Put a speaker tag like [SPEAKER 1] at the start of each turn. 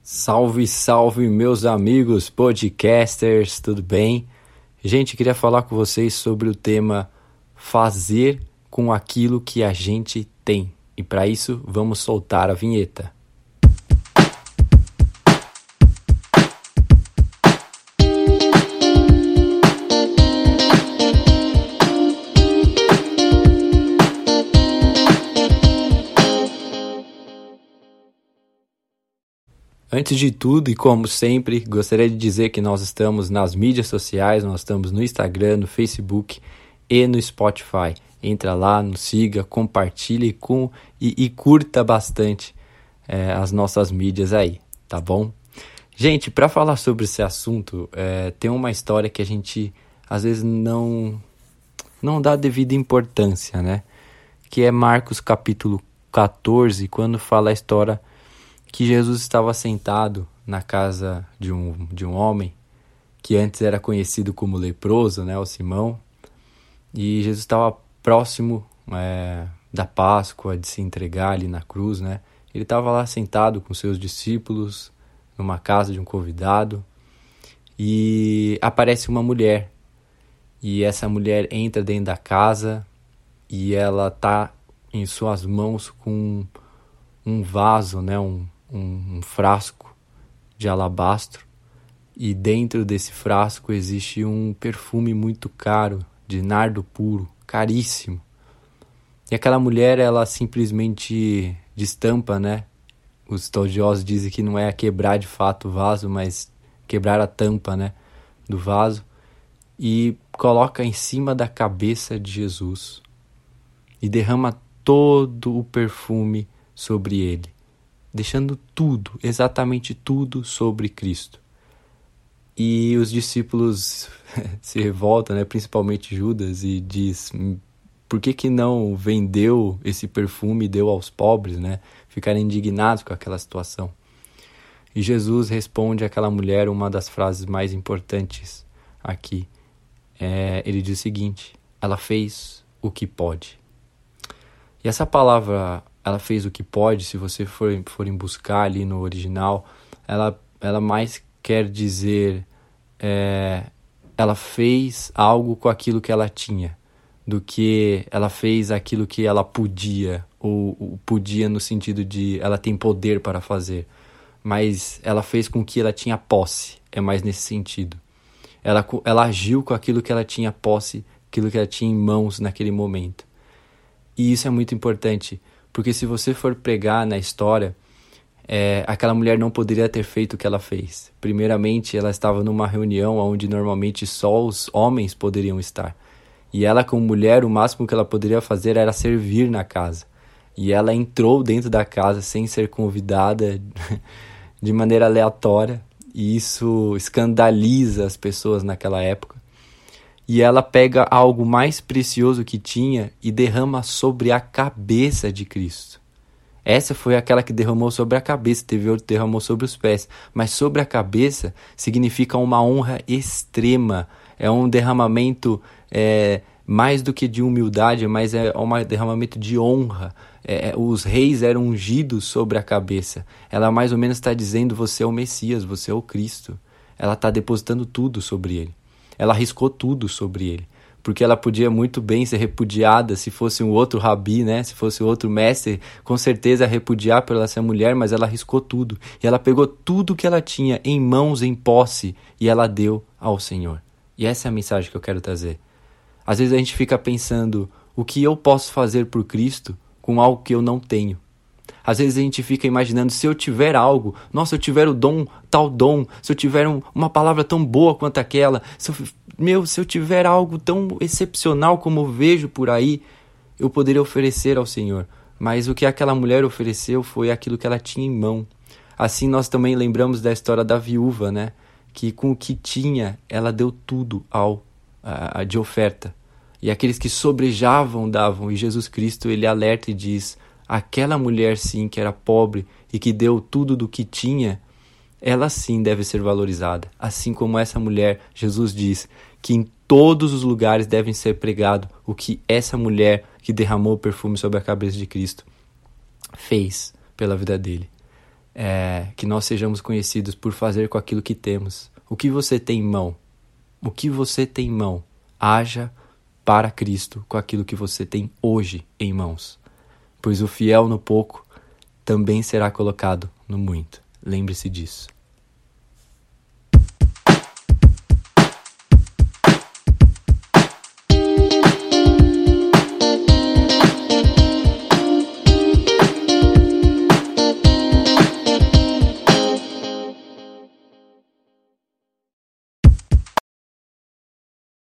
[SPEAKER 1] Salve, salve, meus amigos podcasters, tudo bem? Gente, queria falar com vocês sobre o tema fazer com aquilo que a gente tem. E para isso, vamos soltar a vinheta. Antes de tudo e como sempre, gostaria de dizer que nós estamos nas mídias sociais, nós estamos no Instagram, no Facebook e no Spotify. Entra lá, nos siga, compartilhe e curta bastante as nossas mídias aí, tá bom? Gente, para falar sobre esse assunto, tem uma história que a gente às vezes não dá devida importância, né? Que é Marcos capítulo 14, quando fala a história que Jesus estava sentado na casa de um homem que antes era conhecido como leproso, né, o Simão, e Jesus estava próximo da Páscoa, de se entregar ali na cruz, né? Ele estava lá sentado com seus discípulos numa casa de um convidado e aparece uma mulher, e essa mulher entra dentro da casa e ela está em suas mãos com um vaso, né, um frasco de alabastro, e dentro desse frasco existe um perfume muito caro, de nardo puro, caríssimo. E aquela mulher, ela simplesmente destampa, né? Os estudiosos dizem que não é quebrar de fato o vaso, mas quebrar a tampa, né, do vaso, e coloca em cima da cabeça de Jesus e derrama todo o perfume sobre ele, deixando tudo, exatamente tudo sobre Cristo. E os discípulos se revoltam, né? Principalmente Judas, e diz: por que não vendeu esse perfume e deu aos pobres, né? Ficaram indignados com aquela situação. E Jesus responde àquela mulher uma das frases mais importantes aqui. Ele diz o seguinte: ela fez o que pode. E essa palavra, ela fez o que pode, se você forem buscar ali no original, ela mais quer dizer, ela fez algo com aquilo que ela tinha, do que ela fez aquilo que ela podia, ou podia no sentido de ela tem poder para fazer, mas ela fez com que ela tinha posse, é mais nesse sentido. Ela agiu com aquilo que ela tinha posse, aquilo que ela tinha em mãos naquele momento. E isso é muito importante, porque se você for pregar na história, aquela mulher não poderia ter feito o que ela fez. Primeiramente, ela estava numa reunião onde normalmente só os homens poderiam estar. E ela, como mulher, o máximo que ela poderia fazer era servir na casa. E ela entrou dentro da casa sem ser convidada de maneira aleatória. E isso escandaliza as pessoas naquela época. E ela pega algo mais precioso que tinha e derrama sobre a cabeça de Cristo. Essa foi aquela que derramou sobre a cabeça, teve outra que derramou sobre os pés. Mas sobre a cabeça significa uma honra extrema. É um derramamento mais do que de humildade, mas é um derramamento de honra. Os reis eram ungidos sobre a cabeça. Ela mais ou menos está dizendo: você é o Messias, você é o Cristo. Ela está depositando tudo sobre ele. Ela arriscou tudo sobre ele, porque ela podia muito bem ser repudiada se fosse um outro rabi, né? Se fosse outro mestre, com certeza repudiar por ela ser mulher, mas ela arriscou tudo. E ela pegou tudo que ela tinha em mãos, em posse, e ela deu ao Senhor. E essa é a mensagem que eu quero trazer. Às vezes a gente fica pensando: o que eu posso fazer por Cristo com algo que eu não tenho? Às vezes a gente fica imaginando: se eu tiver algo, nossa, eu tiver o dom, tal dom, se eu tiver uma palavra tão boa quanto aquela, se eu tiver algo tão excepcional como eu vejo por aí, eu poderia oferecer ao Senhor. Mas o que aquela mulher ofereceu foi aquilo que ela tinha em mão. Assim nós também lembramos da história da viúva, né? Que com o que tinha, ela deu tudo de oferta. E aqueles que sobrejavam davam. E Jesus Cristo, ele alerta e diz: aquela mulher sim que era pobre e que deu tudo do que tinha, ela sim deve ser valorizada. Assim como essa mulher, Jesus diz que em todos os lugares devem ser pregado o que essa mulher que derramou o perfume sobre a cabeça de Cristo fez pela vida dele. que nós sejamos conhecidos por fazer com aquilo que temos. O que você tem em mão? O que você tem em mão? Haja para Cristo com aquilo que você tem hoje em mãos. Pois o fiel no pouco também será colocado no muito. Lembre-se disso.